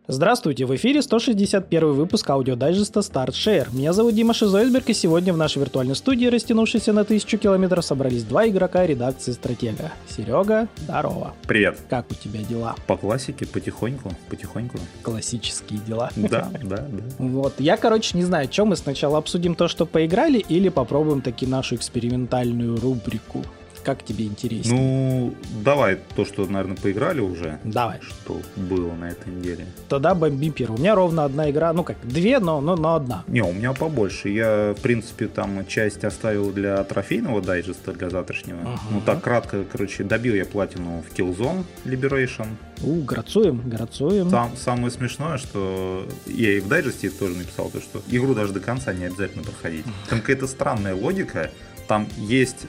Здравствуйте, в эфире 161 выпуск аудиодайджеста StartShare. Меня зовут Дима Шизойсберг, и сегодня в нашей виртуальной студии, растянувшейся на 1000 километров, собрались два игрока редакции «Стратега». Серега, здорово. Привет. Как у тебя дела? По классике, потихоньку. Классические дела. Да. Вот, я, не знаю, что мы сначала обсудим то, что поиграли, или попробуем таки нашу экспериментальную рубрику. Как тебе интереснее? Ну, давай то, что, наверное, поиграли уже. Давай. Что было на этой неделе. Тогда бомби первую. У меня ровно одна игра, две, но одна. Не, у меня побольше. Я, в принципе, там часть оставил для трофейного дайджеста, для завтрашнего. Ну, так кратко, добил я платину в Killzone Liberation. Грацуем. Самое смешное, что я и в дайджесте тоже написал, то, что игру даже до конца не обязательно проходить. Там какая-то странная логика. Там есть,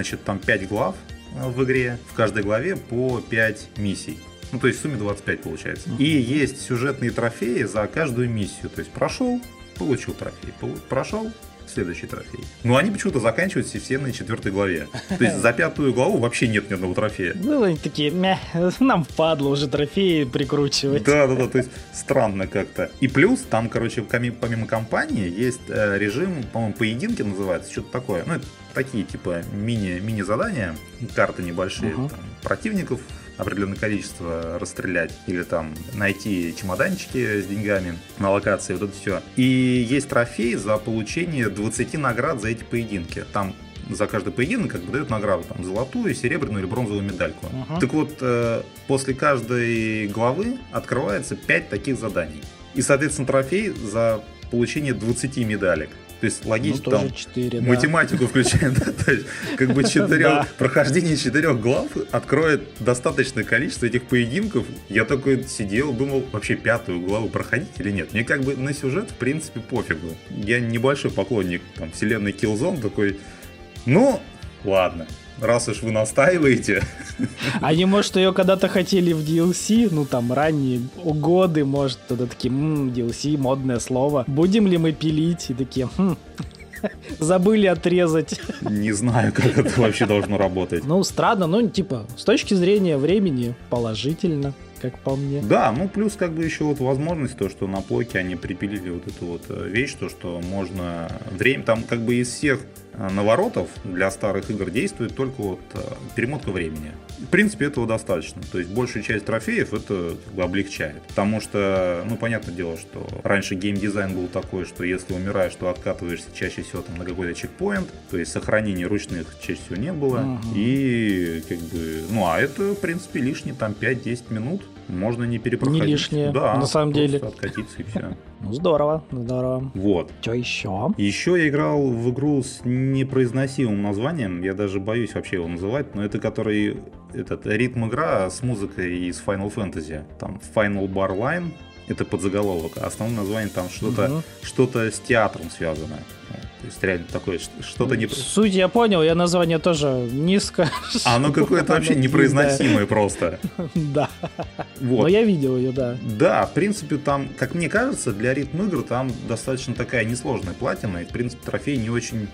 5 глав в игре, в каждой главе по 5 миссий. Ну, то есть в сумме 25 получается. И есть сюжетные трофеи за каждую миссию. То есть прошел, получил трофей, прошел, следующий трофей. Но они почему-то заканчиваются все на 4 главе. То есть за 5 главу вообще нет ни одного трофея. Ну, они такие, нам впадло уже трофеи прикручивать. Да, то есть странно как-то. И плюс там, помимо кампании, есть режим, по-моему, поединки называется, что-то такое. Ну, это такие, типа, мини-задания, карты небольшие, там, противников определенное количество расстрелять или там найти чемоданчики с деньгами на локации, вот это все. И есть трофей за получение 20 наград за эти поединки. Там за каждый поединок дают награду, там, золотую, серебряную или бронзовую медальку. Так вот, после каждой главы открывается 5 таких заданий. И, соответственно, трофей за получение 20 медалек. То есть логично, там 4, математику включаем, то есть прохождение 4 глав откроет достаточное количество этих поединков. Я такой сидел, думал, вообще 5 главу проходить или нет. Мне на сюжет, в принципе, пофигу. Я небольшой поклонник вселенной Killzone, такой, ладно. Раз уж вы настаиваете. Они, может, ее когда-то хотели в DLC, ранние годы, может, тогда такие, DLC, модное слово. Будем ли мы пилить? И такие, забыли отрезать. Не знаю, как это вообще должно работать. Странно, с точки зрения времени положительно, как по мне. Да, плюс еще возможность, то, что на плойке они припилили вот эту вещь, то, что можно время, там из всех наворотов для старых игр действует только перемотка времени. В принципе, этого достаточно. То есть большую часть трофеев это облегчает. Потому что, понятное дело, что раньше геймдизайн был такой, что если умираешь, то откатываешься чаще всего на какой-то чекпоинт. То есть сохранений ручных чаще всего не было. И а это, в принципе, лишние 5-10 минут. Можно не перепроходить. Не лишнее, да, на самом деле. Откатиться и все. Здорово. Вот. Что еще? Еще я играл в игру с непроизносимым названием. Я даже боюсь вообще его называть. Но это ритм игра с музыкой из Final Fantasy. Там Final Bar Line. Это подзаголовок. А основное название там что-то с театром связанное. То есть реально такое, что-то не... Суть я понял, я название тоже низко. Оно какое-то вообще непроизносимое просто. Да. Вот. Но я видел ее, да. Да, в принципе, там, как мне кажется, для ритм игр там достаточно такая несложная платина. И, в принципе, трофеи не очень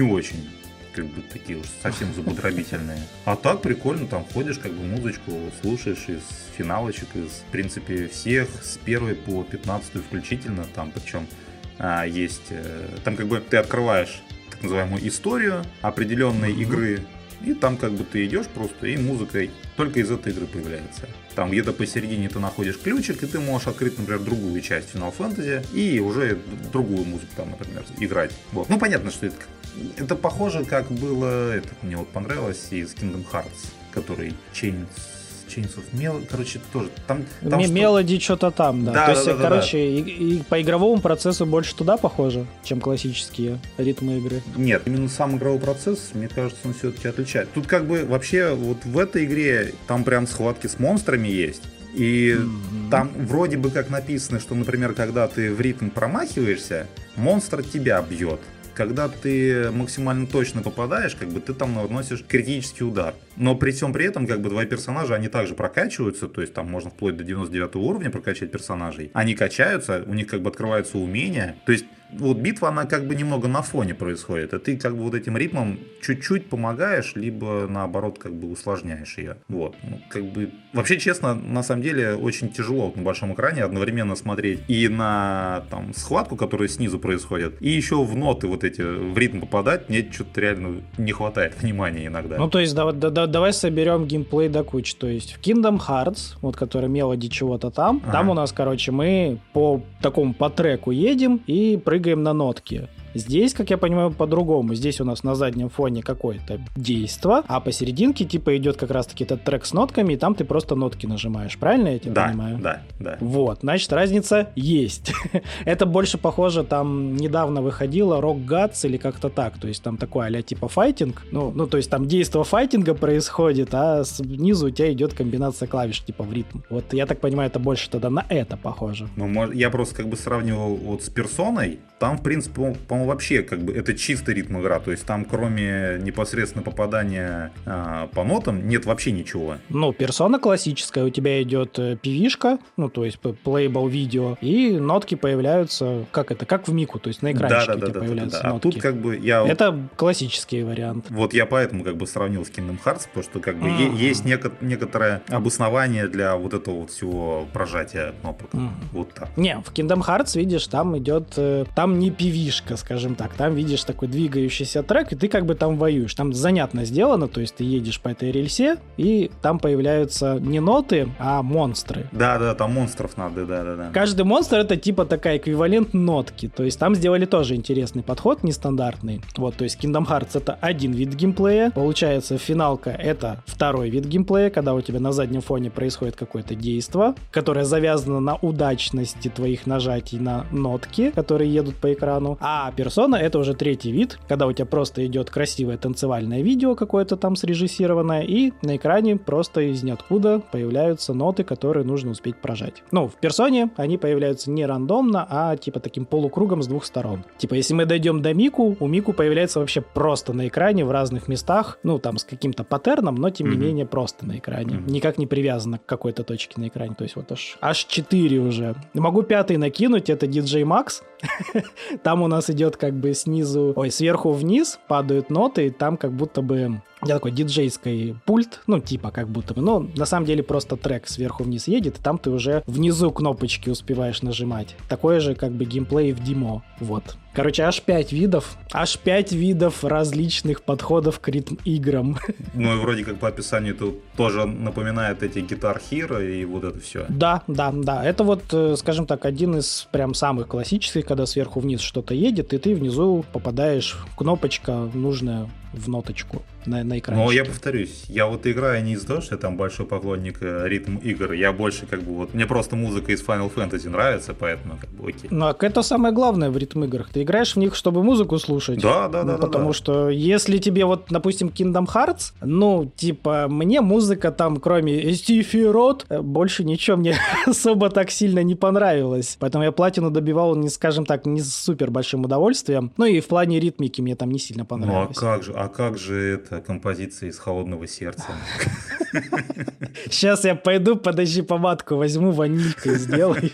такие уж совсем зубодробительные. А так прикольно, там ходишь, музычку слушаешь из финалочек, из, в принципе, всех, с 1 по 15 включительно, там, причем есть, там ты открываешь так называемую историю определенной игры, и там ты идешь просто, и музыка только из этой игры появляется. Там где-то посередине ты находишь ключик, и ты можешь открыть, например, другую часть Final Fantasy, и уже другую музыку там, например, играть. Вот. Понятно, что это похоже, как было, мне понравилось из Kingdom Hearts, который Chains of Melody, тоже. Там Мелоди что-то там, да. То есть, и по игровому процессу больше туда похоже, чем классические ритмы игры. Нет, именно сам игровой процесс, мне кажется, он все-таки отличает. Тут вообще в этой игре там прям схватки с монстрами есть. И там вроде бы как написано, что, например, когда ты в ритм промахиваешься, монстр тебя бьет. Когда ты максимально точно попадаешь, ты там наносишь критический удар. Но при всем при этом, как бы, твои персонажи, они также прокачиваются, то есть там можно вплоть до 99 уровня прокачать персонажей. Они качаются, у них как бы открываются умения. То есть вот битва, она как бы немного на фоне происходит, а ты как бы вот этим ритмом чуть-чуть помогаешь, либо наоборот как бы усложняешь ее. Вот. Ну, как бы... Вообще, честно, на самом деле очень тяжело вот на большом экране одновременно смотреть и на там схватку, которая снизу происходит, и еще в ноты вот эти, в ритм попадать, мне что-то реально не хватает внимания иногда. Ну, то есть, давай соберем геймплей до кучи. То есть, в Kingdom Hearts, вот, который мелоди чего-то там, там у нас, короче, мы по треку едем и прыгаем на нотки. Здесь, как я понимаю, по-другому. Здесь у нас на заднем фоне какое-то действо, а посерединке типа идет как раз-таки этот трек с нотками, и там ты просто нотки нажимаешь. Правильно я тебя понимаю? Да. Вот, значит, разница есть. Это больше похоже, там недавно выходило Rock Gods или как-то так. То есть там такое а-ля типа файтинг. Ну, то есть там действо файтинга происходит, а снизу у тебя идет комбинация клавиш типа в ритм. Вот я так понимаю, это больше тогда на это похоже. Ну, я просто как бы сравнивал вот с персоной. Там, в принципе, по-моему, вообще как бы это чистый ритм игра. То есть там, кроме непосредственно попадания по нотам, нет вообще ничего. Ну, персона классическая. У тебя идет пивишка, ну, то есть плейбл видео, и нотки появляются, как в Мику, то есть на экранчике у тебя появляются нотки. А тут как бы это классический вариант. Вот я поэтому как бы сравнил с Kingdom Hearts, потому что как бы есть некоторое обоснование для вот этого вот всего прожатия кнопок. Вот так. Не, в Kingdom Hearts, видишь, там идет... Там не пивишка, скажем так. Там видишь такой двигающийся трек, и ты как бы там воюешь. Там занятно сделано, то есть ты едешь по этой рельсе, и там появляются не ноты, а монстры. Да, там монстров надо, да. Каждый монстр — это типа такая эквивалент нотки. То есть там сделали тоже интересный подход, нестандартный. Вот, то есть Kingdom Hearts — это один вид геймплея. Получается, финалка — это второй вид геймплея, когда у тебя на заднем фоне происходит какое-то действо, которое завязано на удачности твоих нажатий на нотки, которые едут по экрану. А персона — это уже третий вид, когда у тебя просто идет красивое танцевальное видео какое-то там срежиссированное, и на экране просто из ниоткуда появляются ноты, которые нужно успеть прожать. Ну, в персоне они появляются не рандомно, а типа таким полукругом с двух сторон. Типа, если мы дойдем до Мику, у Мику появляется вообще просто на экране в разных местах, ну, там с каким-то паттерном, но тем не менее просто на экране. Никак не привязано к какой-то точке на экране. То есть вот аж 4 уже. Могу 5 накинуть, это DJ Max. Там у нас идет как бы сверху вниз падают ноты, и там как будто бы такой диджейский пульт, ну, типа как будто бы, но на самом деле просто трек сверху вниз едет, и там ты уже внизу кнопочки успеваешь нажимать. Такое же как бы геймплей в демо. Вот. Короче, аж 5 видов различных подходов к ритм-играм. Ну, и вроде как по описанию это тоже напоминает эти Guitar Hero и вот это все. Да. Это вот, скажем так, один из прям самых классических, когда сверху вниз что-то едет, и ты внизу попадаешь, кнопочка нужная в ноточку на экране. Но я повторюсь, я вот играю не из-за того, что я там большой поклонник ритм игр, я больше как бы вот, мне просто музыка из Final Fantasy нравится, поэтому как бы окей. Ну, это самое главное в ритм играх. Ты играешь в них, чтобы музыку слушать. Да. Потому что если тебе вот, допустим, Kingdom Hearts, ну, типа, мне музыка там, кроме Сефирот, больше ничего мне особо так сильно не понравилось. Поэтому я платину добивал, не, скажем так, не с супер большим удовольствием. Ну и в плане ритмики мне там не сильно понравилось. Ну, а как же это композиция из «Холодного сердца»? Сейчас я пойду, подожди, помадку возьму, ванилькой сделаю.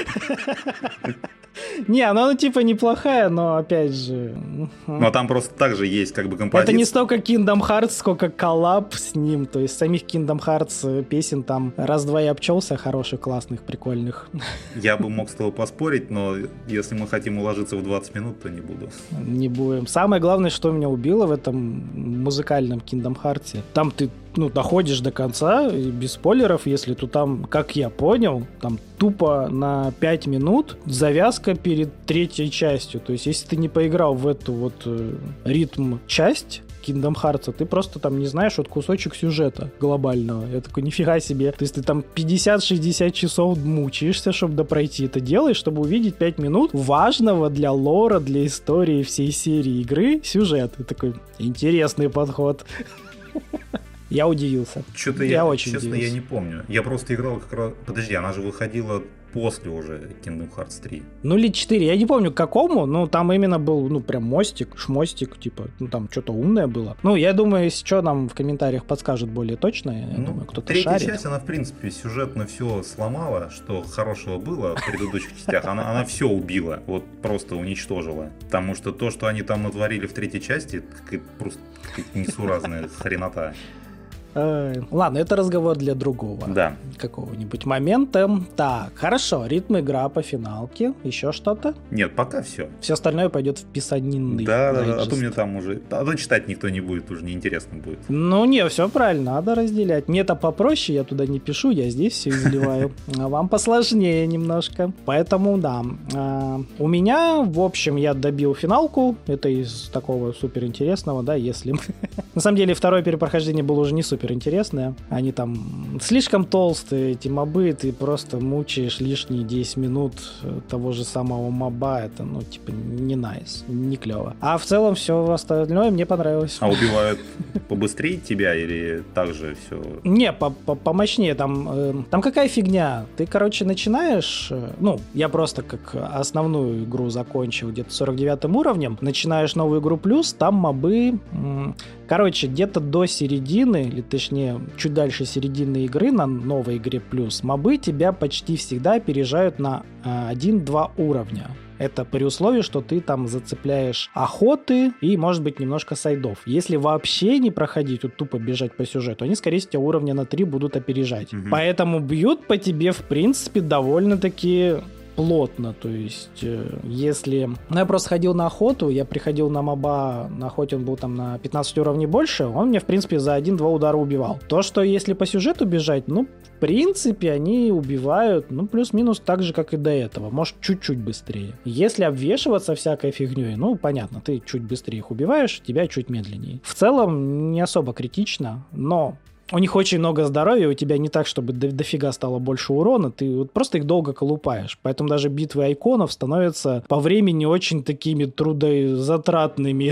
Не, она типа неплохая, но опять же... Но там просто так же есть как бы композиция. Это не столько Kingdom Hearts, сколько коллаб с ним. То есть самих Kingdom Hearts песен там раз-два и обчелся, хороших, классных, прикольных. Я бы мог с тобой поспорить, но если мы хотим уложиться в 20 минут, то не буду. Не будем. Самое главное, что меня убило в этом музыкальном Kingdom Hearts, там ты доходишь до конца, без спойлеров, если то там, как я понял, там тупо на 5 минут завязка перед третьей частью. То есть, если ты не поиграл в эту вот ритм-часть Kingdom Hearts, ты просто там не знаешь вот кусочек сюжета глобального. Я такой, нифига себе. То есть ты там 50-60 часов мучаешься, чтобы допройти это делаешь, чтобы увидеть 5 минут важного для лора, для истории всей серии игры сюжет. И такой, интересный подход. Я удивился. Что-то я очень честно, удивился. я не помню. Я просто играл как раз... Подожди, она же выходила после уже Kingdom Hearts 3. Ну, или 4. Я не помню, к какому, но там именно был, ну, прям шмостик, типа, ну, там что-то умное было. Ну, я думаю, если что, нам в комментариях подскажут более точно. Я думаю, кто-то третья шарит. часть, она, в принципе, сюжетно все сломала, что хорошего было в предыдущих частях. Она все убила, вот просто уничтожила. Потому что то, что они там натворили в третьей части, это просто какая-то несуразная хренота. Ладно, это разговор для другого. Да. Какого-нибудь момента. Так, хорошо, ритм игра по финалке. Еще что-то? Нет, пока все. Все остальное пойдет в писанинный. Да, а то мне там уже... А то читать никто не будет, уже неинтересно будет. Ну не, все правильно, надо разделять. Мне-то попроще, я туда не пишу, я здесь все изливаю. А вам посложнее немножко. Поэтому, да. У меня, в общем, я добил финалку. Это из такого суперинтересного, да, если... На самом деле, второе перепрохождение было уже не супер интересное. Они там слишком толстые, эти мобы, ты просто мучаешь лишние 10 минут того же самого моба. Это, ну, типа, не найс, не клево. А в целом все остальное мне понравилось. А убивают побыстрее тебя или так же все? Не, помощнее. Там какая фигня? Ты, короче, начинаешь... Ну, я просто как основную игру закончил где-то 49-м уровнем. Начинаешь новую игру плюс, там мобы... Короче, где-то до середины, или точнее, чуть дальше середины игры, на новой игре плюс, мобы тебя почти всегда опережают на 1-2 уровня. Это при условии, что ты там зацепляешь охоты и, может быть, немножко сайдов. Если вообще не проходить, вот тупо бежать по сюжету, они, скорее всего, уровня на 3 будут опережать. Угу. Поэтому бьют по тебе, в принципе, довольно-таки... плотно, то есть если... Ну, я просто ходил на охоту, я приходил на моба, на охоте он был там на 15 уровней больше, он меня, в принципе, за 1-2 удара убивал. То, что если по сюжету бежать, ну, в принципе, они убивают, ну, плюс-минус так же, как и до этого, может, чуть-чуть быстрее. Если обвешиваться всякой фигней, ну, понятно, ты чуть быстрее их убиваешь, тебя чуть медленнее. В целом, не особо критично, но... У них очень много здоровья, у тебя не так, чтобы дофига стало больше урона, ты вот просто их долго колупаешь. Поэтому даже битвы айконов становятся по времени очень такими трудозатратными.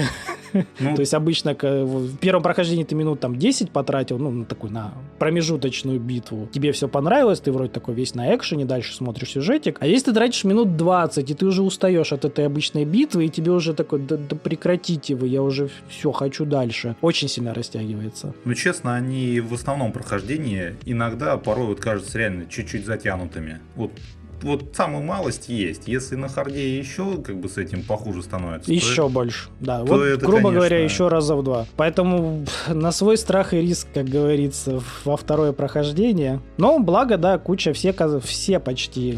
То есть обычно в первом прохождении ты минут там 10 потратил, ну, такой на промежуточную битву. Тебе все понравилось, ты вроде такой весь на экшене, дальше смотришь сюжетик. А здесь ты тратишь минут 20, и ты уже устаешь от этой обычной битвы, и тебе уже такой, да прекратите вы, я уже все, хочу дальше. Очень сильно растягивается. Ну, честно, они в основном прохождении иногда порой вот кажутся реально чуть-чуть затянутыми. Вот самую малость есть. Если на харде еще как бы с этим похуже становится. Еще больше, да. Вот, это, грубо говоря, еще раза в 2. Поэтому на свой страх и риск, как говорится, во второе прохождение. Но благо, да, куча, все почти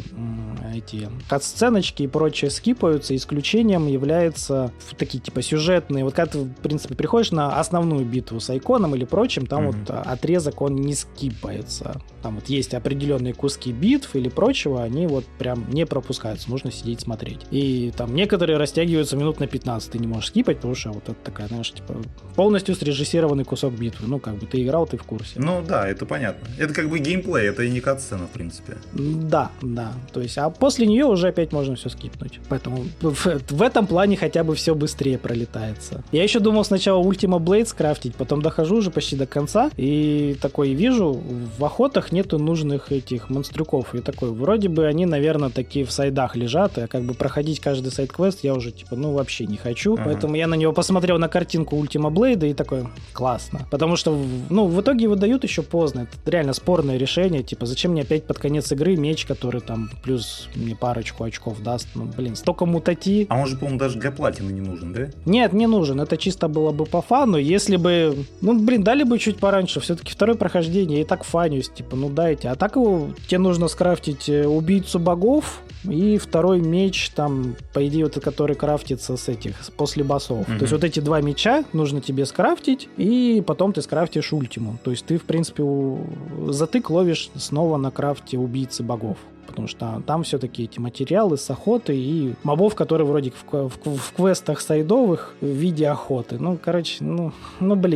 эти кат-сценочки и прочее скипаются. Исключением являются такие типа сюжетные. Вот когда ты, в принципе, приходишь на основную битву с айконом или прочим, там вот отрезок, он не скипается. Там вот есть определенные куски битв или прочего, они вот прям не пропускаются, нужно сидеть смотреть. И там некоторые растягиваются минут на 15, ты не можешь скипать, потому что вот это такая, знаешь, типа полностью срежиссированный кусок битвы. Ну, как бы ты играл, ты в курсе. Ну да, это понятно. Это как бы геймплей, это и не кат-сцена, в принципе. Да. То есть, а после нее уже опять можно все скипнуть. Поэтому в этом плане хотя бы все быстрее пролетается. Я еще думал сначала Ultima Blade скрафтить, потом дохожу уже почти до конца, и такой вижу, в охотах нету нужных этих монстрюков. И такой, вроде бы они, наверное, такие в сайдах лежат, а как бы проходить каждый сайд-квест я уже, типа, ну, вообще не хочу. Поэтому я на него посмотрел на картинку Ultima Blade и такой, классно. Потому что, ну, в итоге его дают еще поздно. Это реально спорное решение. Типа, зачем мне опять под конец игры меч, который там плюс мне парочку очков даст? Ну, блин, столько мутати. А он же, по-моему, даже для платины не нужен, да? Нет, не нужен. Это чисто было бы по фану. Если бы, ну, блин, дали бы чуть пораньше. Все-таки второе прохождение, я и так фанюсь. Типа, ну, дайте. А так его, тебе нужно скрафтить убийцу богов и второй меч, там, по идее, вот, который крафтится с этих, после боссов. То есть вот эти два меча нужно тебе скрафтить, и потом ты скрафтишь ультиму. То есть ты, в принципе, затык ловишь снова на крафте убийцы богов. Потому что там все-таки эти материалы с охоты и мобов, которые вроде в квестах сайдовых в виде охоты. Ну, короче, ну блин.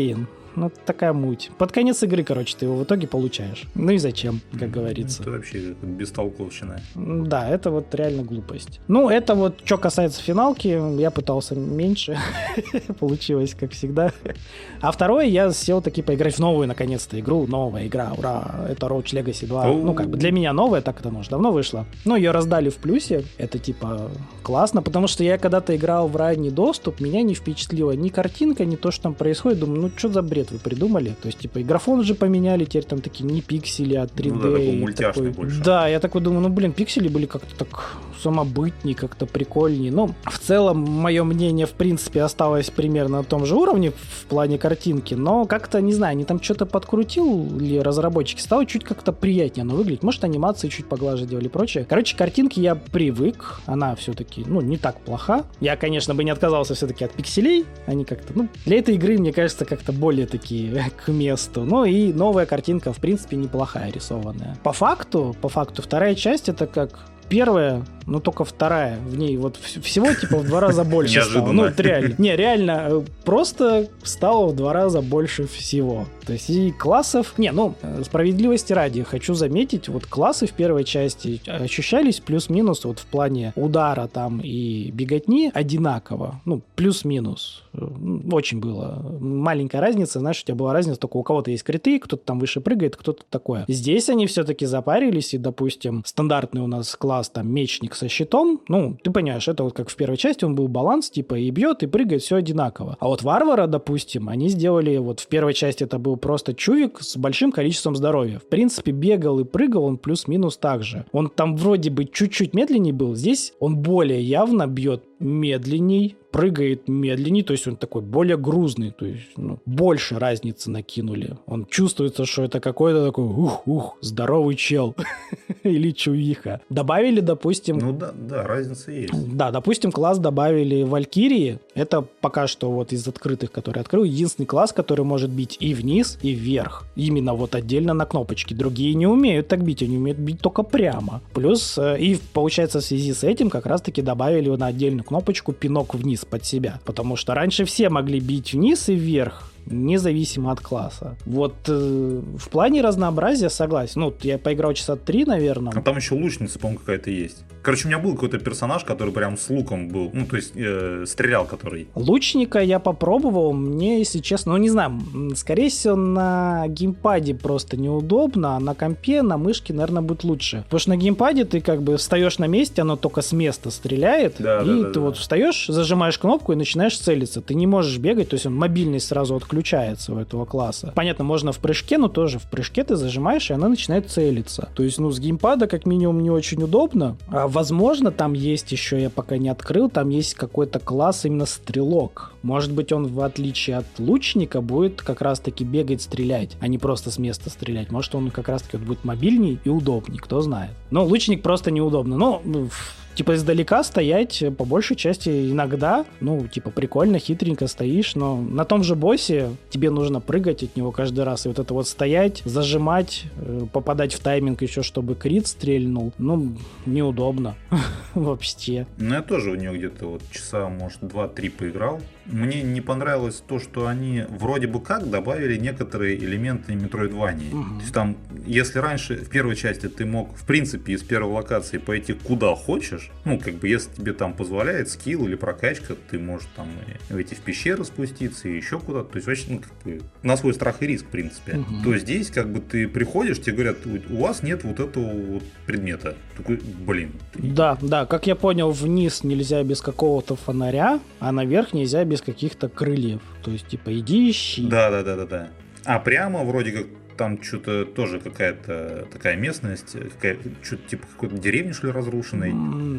ну, такая муть. Под конец игры, короче, ты его в итоге получаешь. Ну и зачем, как говорится. Это вообще бестолковщина. Да, это вот реально глупость. Ну, это вот, что касается финалки, я пытался меньше. Получилось, как всегда. А второе, я сел таки поиграть в новую, наконец-то, игру. Новая игра, ура! Это Roach Legacy 2. Ну, как бы для меня новая, так это она уже давно вышла. Ну, ее раздали в плюсе. Это, типа, классно, потому что я когда-то играл в ранний доступ, меня не впечатлила ни картинка, ни то, что там происходит. Думаю, ну, что за бред вы придумали? То есть, типа, и графон же поменяли, теперь там такие не пиксели, а 3D. Ну, да, такой мультяшный больше. Да, я такой думаю, ну, блин, пиксели были как-то так самобытнее, как-то прикольнее. Ну, в целом, мое мнение, в принципе, осталось примерно на том же уровне в плане картинки, но как-то, не знаю, они там что-то подкрутили разработчики, стало чуть как-то приятнее оно выглядит. Может, анимации чуть поглаже делали и прочее. Короче, картинки я привык, она все-таки, ну, не так плоха. Я, конечно, бы не отказался все-таки от пикселей, они как-то, ну, для этой игры, мне кажется, как-то более такие к месту. Ну, и новая картинка, в принципе, неплохая рисованная. По факту, вторая часть это как первая, но только вторая. В ней вот всего типа в 2 раза больше стало. Ну, это реально. Не, реально, просто стало в 2 раза больше всего. То есть и классов... Не, ну, справедливости ради, хочу заметить, вот классы в первой части ощущались плюс-минус вот в плане удара там и беготни одинаково. Ну, плюс-минус. Очень было. Маленькая разница, знаешь, у тебя была разница, только у кого-то есть криты, кто-то там выше прыгает, кто-то такое. Здесь они все-таки запарились, и, допустим, стандартный у нас класс там мечник со щитом, ну, ты понимаешь, это вот как в первой части, он был баланс, типа, и бьет, и прыгает, все одинаково. А вот варвара, допустим, они сделали, вот в первой части это был просто чувик с большим количеством здоровья. В принципе, бегал и прыгал он плюс-минус так же. Он там вроде бы чуть-чуть медленнее был, здесь он более явно бьет медленней, прыгает медленнее, то есть он такой более грузный, то есть ну, больше разницы накинули. Он чувствуется, что это какой-то такой здоровый чел или чувиха. Добавили, допустим... Ну да, разница есть. Да, допустим, класс добавили Валькирии. Это пока что вот из открытых, которые открыл, единственный класс, который может бить и вниз, и вверх. Именно вот отдельно на кнопочки. Другие не умеют так бить, они умеют бить только прямо. Плюс, и получается в связи с этим как раз-таки добавили на отдельную кнопочку пинок вниз под себя. Потому что раньше все могли бить вниз и вверх, независимо от класса. Вот в плане разнообразия согласен. Ну, я поиграл часа 3, наверное. А там еще лучница, по-моему, какая-то есть. Короче, у меня был какой-то персонаж, который прям с луком был. Ну, то есть, стрелял который. Лучника я попробовал. Мне, если честно, ну, не знаю, скорее всего, на геймпаде просто неудобно, а на компе, на мышке, наверное, будет лучше. Потому что на геймпаде ты как бы встаешь на месте, оно только с места стреляет, ты вот встаешь, зажимаешь кнопку и начинаешь целиться. Ты не можешь бегать, то есть он мобильность сразу отключается у этого класса. Понятно, можно в прыжке, но тоже в прыжке ты зажимаешь, и она начинает целиться. То есть, ну, с геймпада как минимум не очень удобно. А, возможно, там есть еще, я пока не открыл, там есть какой-то класс именно стрелок. Может быть, он, в отличие от лучника, будет как раз-таки бегать, стрелять, а не просто с места стрелять. Может, он как раз-таки вот будет мобильней и удобней, кто знает. Но лучник просто неудобно. Ну, типа издалека стоять по большей части иногда, ну, типа прикольно, хитренько стоишь, но на том же боссе тебе нужно прыгать от него каждый раз, и вот это вот стоять, зажимать, попадать в тайминг еще, чтобы крит стрельнул, ну, неудобно вообще. Ну, я тоже у нее где-то вот часа, может, 2-3 поиграл. Мне не понравилось то, что они вроде бы как добавили некоторые элементы Metroidvania. То есть там, если раньше в первой части ты мог, в принципе, из первой локации пойти куда хочешь, ну, как бы, если тебе там позволяет скилл или прокачка, ты можешь там и в эти в пещеры спуститься, и еще куда-то. То есть, вообще, ну, как бы, на свой страх и риск, в принципе. То здесь, как бы, ты приходишь, тебе говорят, у вас нет вот этого вот предмета. Такой, блин. Да, как я понял, вниз нельзя без какого-то фонаря, а наверх нельзя без каких-то крыльев. То есть, типа, иди ищи. Да. А прямо вроде как там что-то тоже какая-то такая местность, что-то типа какой-то деревни, что ли, разрушенной.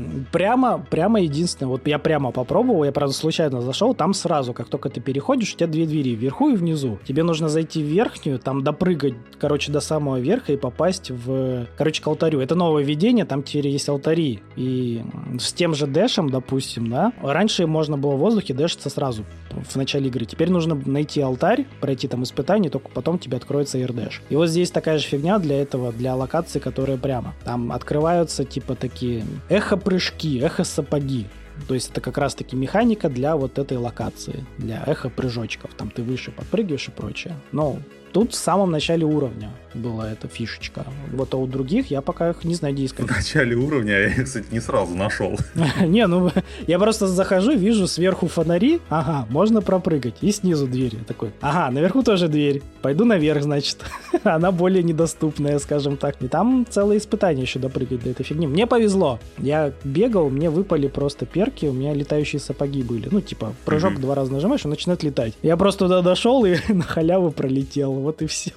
Прямо единственное, вот я прямо попробовал, я, правда, случайно зашел, там сразу, как только ты переходишь, у тебя 2 двери, вверху и внизу. Тебе нужно зайти в верхнюю, там допрыгать, короче, до самого верха и попасть в, короче, к алтарю. Это новое введение, там теперь есть алтари. И с тем же дэшем, допустим, да, раньше можно было в воздухе дэшиться сразу в начале игры. Теперь нужно найти алтарь, пройти там испытание, только потом тебе откроется airdash. И вот здесь такая же фигня для этого, для локации, которая прямо. Там открываются типа такие эхо-прыжки, эхо-сапоги. То есть это как раз-таки механика для вот этой локации, для эхо-прыжочков. Там ты выше подпрыгиваешь и прочее. Но тут в самом начале уровня была эта фишечка. Вот, а у других я пока их не знаю, где искать. В начале уровня я, кстати, не сразу нашел. Не, ну я просто захожу, вижу сверху фонари, ага, можно пропрыгать, и снизу дверь. Я такой, ага, наверху тоже дверь, пойду наверх, значит. Она более недоступная, скажем так. И там целое испытание еще допрыгать до этой фигни. Мне повезло. Я бегал, мне выпали просто перки, у меня летающие сапоги были. Ну, типа, прыжок 2 раза нажимаешь, он начинает летать. Я просто туда дошел и на халяву пролетел. Вот и все.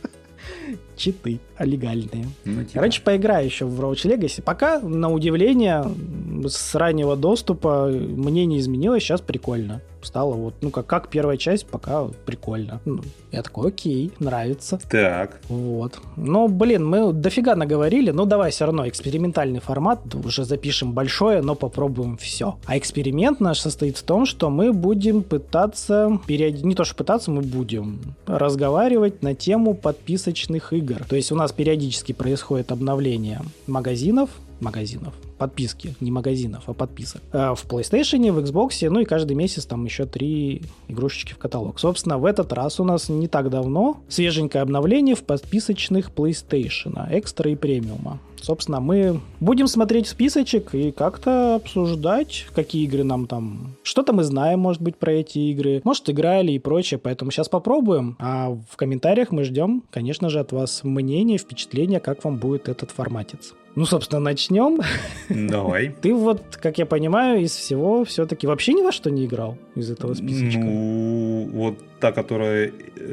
Читы легальные. Короче, поиграю еще в Roach Legacy. Пока, на удивление, с раннего доступа мнение изменилось, сейчас прикольно. Стало вот, ну, как первая часть, пока прикольно. Я такой, окей, нравится. Так. Вот. Но, блин, мы дофига наговорили, ну, давай все равно экспериментальный формат, уже запишем большое, но попробуем все. А эксперимент наш состоит в том, что мы будем пытаться, не то что пытаться, мы будем разговаривать на тему подписочных игр. То есть у нас периодически происходит обновление магазинов, подписки, не магазинов, а подписок. В PlayStation, в Xbox, ну и каждый месяц там еще 3 игрушечки в каталог. Собственно, в этот раз у нас не так давно свеженькое обновление в подписочных PlayStation, экстра и премиума. Собственно, мы будем смотреть списочек и как-то обсуждать, какие игры нам там... Что-то мы знаем, может быть, про эти игры. Может, играли и прочее. Поэтому сейчас попробуем. А в комментариях мы ждем, конечно же, от вас мнения, впечатления, как вам будет этот форматец. Ну, собственно, начнем. Давай. Ты вот, как я понимаю, из всего все-таки вообще ни во что не играл из этого списочка? Ну, вот та, которая,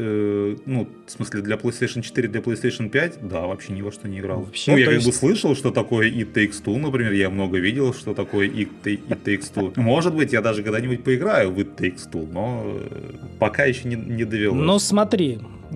ну, в смысле, для PlayStation 4, для PlayStation 5, да, вообще ни во что не играл. Вообще, ну, я как бы слышал, что такое It Takes Two, например, я много видел, что такое It Takes Two. Может быть, я даже когда-нибудь поиграю в It Takes Two, но пока еще не довелось. Ну, смотри,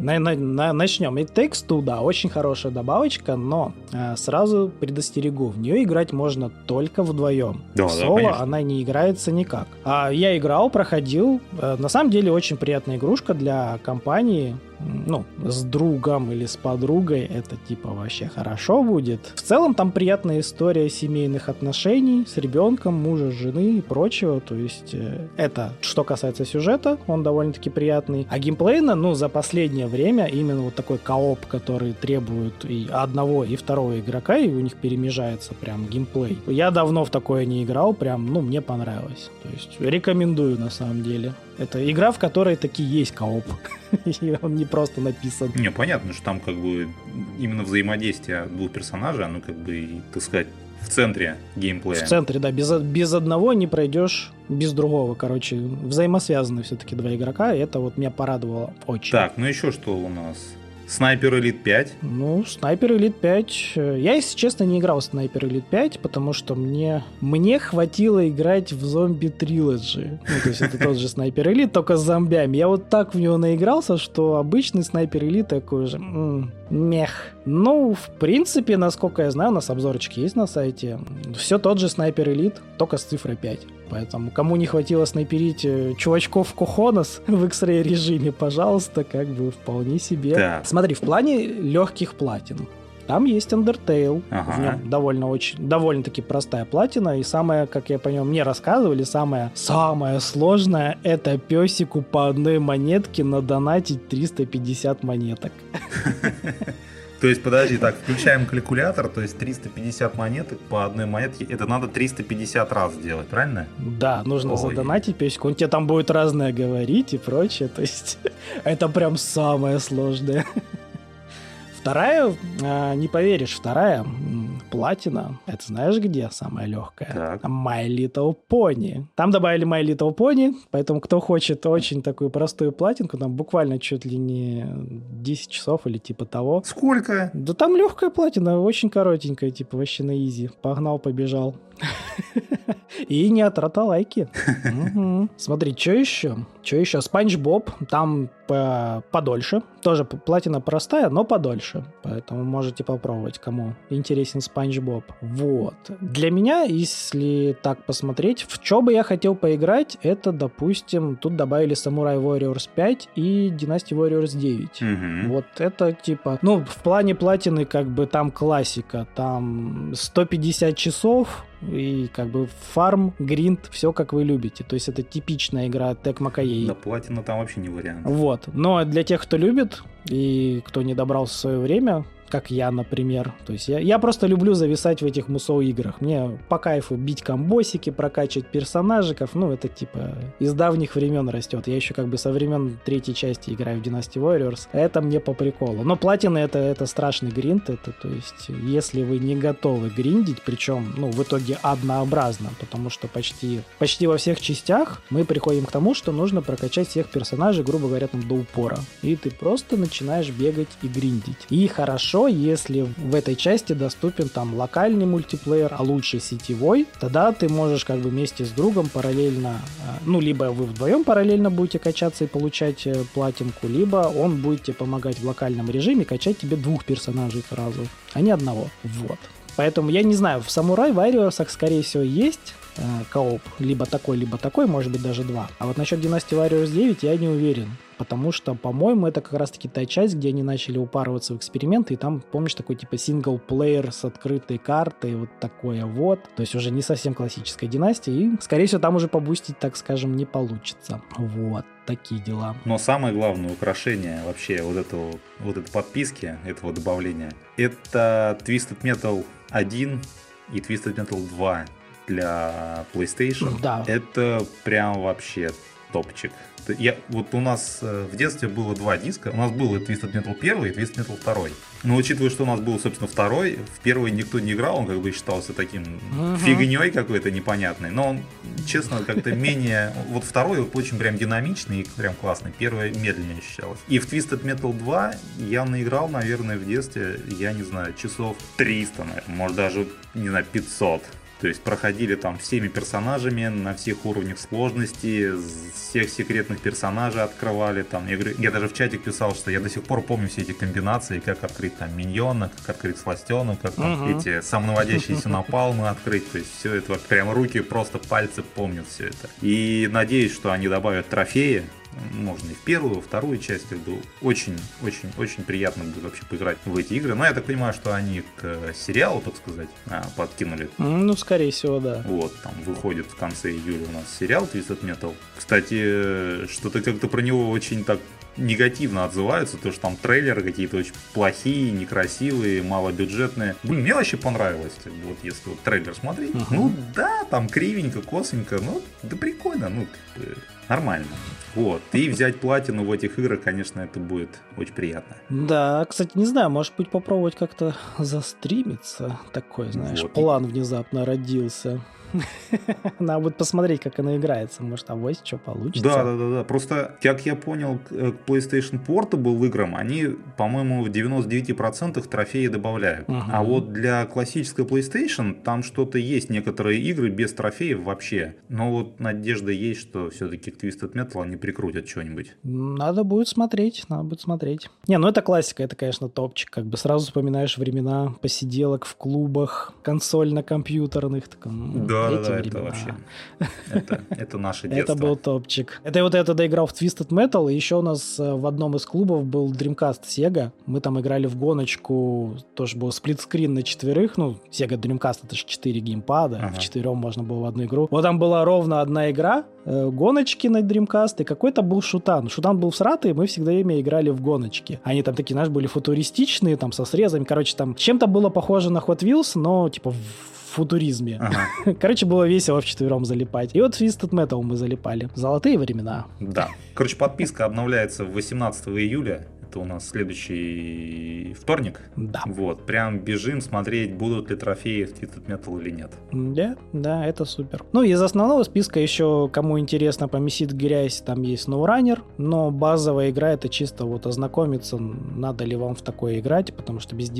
начнем. It Takes Two, да, очень хорошая добавочка, но сразу предостерегу, в нее играть можно только вдвоем. Да, в соло конечно. она не играется никак. Я играл, проходил. На самом деле очень приятная игрушка для компании. Ну, с другом или с подругой это типа вообще хорошо будет. В целом там приятная история семейных отношений с ребенком, мужа, жены и прочего. То есть это что касается сюжета, он довольно-таки приятный. А геймплейно, ну, за последнее время именно вот такой кооп, который требует и одного, и второго игрока, и у них перемежается прям геймплей. Я давно в такое не играл, прям, ну, мне понравилось. То есть рекомендую на самом деле. Это игра, в которой таки есть кооп. И он не просто написан. Не, понятно, что там как бы именно взаимодействие двух персонажей, оно как бы, так сказать, в центре геймплея. В центре, да. Без одного не пройдешь, без другого. Короче, взаимосвязаны все-таки два игрока, и это вот меня порадовало очень. Так, ну еще что у нас? Снайпер Элит 5. Ну, Снайпер Элит 5... Я, если честно, не играл в Снайпер Элит 5, потому что мне хватило играть в Зомби Трилоджи. Ну, то есть это тот же Снайпер Элит, только с зомбями. Я вот так в него наигрался, что обычный Снайпер Элит такой же... мех. Ну, в принципе, насколько я знаю, у нас обзорчик есть на сайте. Все тот же Снайпер Элит, только с цифрой 5. Поэтому, кому не хватило снайперить чувачков Кохонос в X-Ray режиме, пожалуйста, как бы вполне себе. Да. Смотри, в плане легких платин. Там есть Undertale. Ага. В нем довольно-таки простая платина. И самое, как я понял, мне рассказывали, самое сложное — это песику по одной монетке надонатить 350 монеток. То есть, подожди, так, включаем калькулятор, то есть 350 монеток по одной монетке, это надо 350 раз делать, правильно? Да, нужно задонатить песику, он тебе там будет разное говорить и прочее, то есть это прям самое сложное. Вторая, не поверишь, вторая платина, это знаешь где самая легкая? Так. My Little Pony. Там добавили My Little Pony, поэтому кто хочет очень такую простую платинку, там буквально чуть ли не 10 часов или типа того. Сколько? Да там легкая платина, очень коротенькая, типа вообще на изи. Погнал, побежал. И не от роталайки. Смотри, что еще? Спанч Боб, там подольше. Тоже платина простая, но подольше. Поэтому можете попробовать, кому интересен Спанч Боб. Вот. Для меня, если так посмотреть, в что бы я хотел поиграть, это, допустим, тут добавили Samurai Warriors 5 и Dynasty Warriors 9. Вот это типа... Ну, в плане платины как бы там классика. Там 150 часов и как бы фарм, гринд, все как вы любите. То есть это типичная игра Tecmo Koei. Да, платина там вообще не вариант. Вот. Но для тех, кто любит и кто не добрался в свое время, как я, например. То есть я просто люблю зависать в этих мусоу-играх. Мне по кайфу бить комбосики, прокачивать персонажиков. Ну, это типа из давних времен растет. Я еще как бы со времен третьей части играю в Dynasty Warriors. Это мне по приколу. Но платина это страшный гринд. Это, то есть, если вы не готовы гриндить, причем, ну, в итоге однообразно, потому что почти во всех частях мы приходим к тому, что нужно прокачать всех персонажей, грубо говоря, там, до упора. И ты просто начинаешь бегать и гриндить. И хорошо, если в этой части доступен там локальный мультиплеер, а лучше сетевой, тогда ты можешь как бы вместе с другом параллельно, ну, либо вы вдвоем параллельно будете качаться и получать платинку, либо он будет тебе помогать в локальном режиме качать тебе 2 персонажей сразу, а не одного. Вот. Поэтому я не знаю, в Samurai Warriors, скорее всего, есть кооп, либо такой, может быть, даже 2. А вот насчет Dynasty Warriors 9 я не уверен. Потому что, по-моему, это как раз-таки та часть, где они начали упарываться в эксперименты, и там, помнишь, такой типа синглплеер с открытой картой, вот такое вот. То есть уже не совсем классическая династия, и, скорее всего, там уже побустить, так скажем, не получится. Вот, такие дела. Но самое главное украшение вообще вот этой подписки, этого добавления, это Twisted Metal 1 и Twisted Metal 2 для PlayStation. Да. Это прям вообще топчик. Вот у нас в детстве было 2 диска. У нас был Twisted Metal 1 и Twisted Metal 2. Но учитывая, что у нас был, собственно, 2, в первый никто не играл, он как бы считался таким фигней какой-то непонятной. Но он, честно, как-то менее... Вот 2 очень прям динамичный и прям классный. 1 медленнее ощущалось. И в Twisted Metal 2 я наиграл, наверное, в детстве, я не знаю, часов 300, наверное, может даже, не знаю, 500. То есть проходили там всеми персонажами на всех уровнях сложности, всех секретных персонажей открывали. Там, я даже в чатик писал, что я до сих пор помню все эти комбинации, как открыть там миньона, как открыть сластена, как там эти самонаводящиеся напалмы открыть. То есть все это прям руки, просто пальцы помнят все это. И надеюсь, что они добавят трофеи. Можно и в первую, и во вторую часть, как бы очень приятно будет вообще поиграть в эти игры. Но я так понимаю, что они к сериалу, так сказать, подкинули. Ну, скорее всего, да. Вот, там выходит в конце июля у нас сериал Twisted Metal. Кстати, что-то как-то про него очень так негативно отзываются, то что там трейлеры какие-то очень плохие, некрасивые, малобюджетные. Блин, мне вообще понравилось, как бы, вот если вот трейлер смотреть. Ну да, там кривенько, косенько, ну да прикольно, ну как бы нормально. Вот. И взять платину в этих играх, конечно, это будет очень приятно. Да, кстати, не знаю, может быть, попробовать как-то застримиться. Такой, знаешь, вот. План внезапно родился. Надо будет посмотреть, как она играется. Может, авось что получится. Да. Просто, как я понял, к PlayStation Portable играм они, по-моему, в 99% трофеи добавляют. А вот для классической PlayStation там что-то есть, некоторые игры без трофеев вообще. Но вот надежда есть, что все-таки к Twisted Metal они прикрутят что-нибудь. Надо будет смотреть. Не, ну это классика, это, конечно, топчик. Как бы сразу вспоминаешь времена посиделок в клубах консольно-компьютерных. Да, это вообще. Это наше детство. Это был топчик. Это я вот это доиграл в Twisted Metal, и еще у нас в одном из клубов был Dreamcast Sega. Мы там играли в гоночку, тоже был сплитскрин на 4. Ну, Sega Dreamcast это же 4 геймпада, в 4 можно было в одну игру. Вот там была ровно одна игра, гоночки на Dreamcast, и какой-то был шутан. Шутан был всратый, и мы всегда ими играли в гоночки. Они там такие, знаешь, были футуристичные, там со срезами. Короче, там чем-то было похоже на Hot Wheels, но типа в футуризме. Короче, было весело вчетвером залипать. И вот Twisted Metal мы залипали. Золотые времена. Да. Короче, подписка обновляется 18 июля. Это у нас следующий вторник. Да. Вот. Прям бежим смотреть, будут ли трофеи в Twisted Metal или нет. Да, это супер. Ну, из основного списка еще, кому интересно, помесит грязь, там есть SnowRunner, но базовая игра это чисто вот ознакомиться, надо ли вам в такое играть, потому что без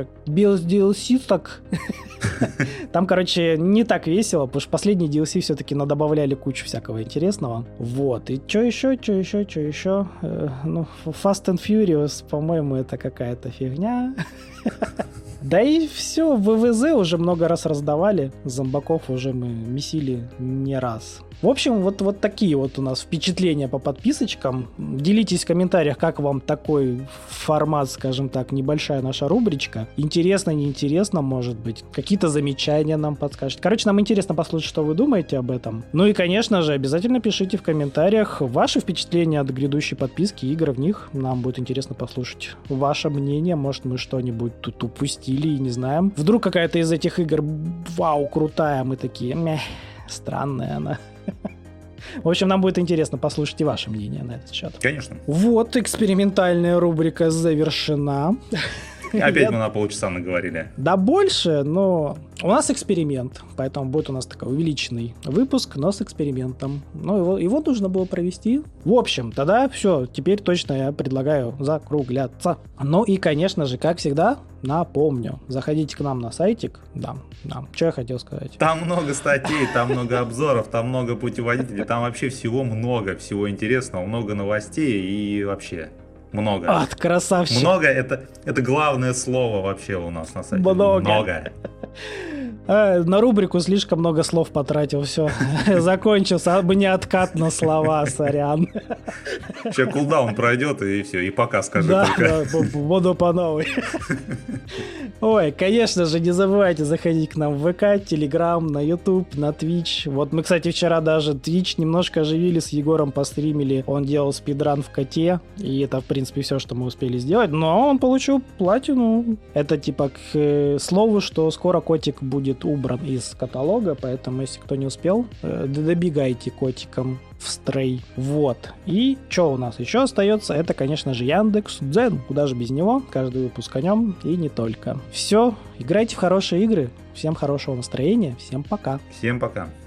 DLC так... Там, короче, не так весело, потому что последние DLC все-таки надобавляли кучу всякого интересного. Вот. И что еще? Ну, Fast and Furious, по-моему, это какая-то фигня. Да и все, ВВЗ уже много раз раздавали, зомбаков уже мы месили не раз. В общем, вот такие вот у нас впечатления по подписочкам. Делитесь в комментариях, как вам такой формат, скажем так, небольшая наша рубричка. Интересно, неинтересно, может быть. Какие-то замечания нам подскажете. Короче, нам интересно послушать, что вы думаете об этом. Ну и, конечно же, обязательно пишите в комментариях ваши впечатления от грядущей подписки, игр в них. Нам будет интересно послушать ваше мнение. Может, мы что-нибудь тут упустили и не знаем. Вдруг какая-то из этих игр, вау, крутая, мы такие, странная она. В общем, нам будет интересно послушать и ваше мнение на этот счет. Конечно. Вот, экспериментальная рубрика завершена. Опять мы на полчаса наговорили. Да больше, но у нас эксперимент, поэтому будет у нас такой увеличенный выпуск, но с экспериментом. Ну, его нужно было провести. В общем, тогда все, теперь точно я предлагаю закругляться. Ну и, конечно же, как всегда, напомню, заходите к нам на сайтик. Да, что я хотел сказать. Там много статей, там много обзоров, там много путеводителей, там вообще всего много, всего интересного, много новостей и вообще... Много. Красавчик. Много это главное слово вообще у нас на сайте. Много. На рубрику слишком много слов потратил, все. Закончился, бы не откат на слова, сорян. Сейчас кулдаун пройдет и все, и пока скажи только. Да, буду по новой. Ой, конечно же, не забывайте заходить к нам в ВК, Телеграм, на YouTube, на Twitch. Вот мы, кстати, вчера даже Twitch немножко оживили, с Егором постримили. Он делал спидран в коте, и это, в принципе, все, что мы успели сделать. Но он получил платину. Это типа к слову, что скоро котик будет убран из каталога, поэтому, если кто не успел, добегайте котиком в стрей. Вот. И что у нас еще остается? Это, конечно же, Яндекс.Дзен. Куда же без него? Каждый выпуск о нем и не только. Все. Играйте в хорошие игры. Всем хорошего настроения. Всем пока. Всем пока.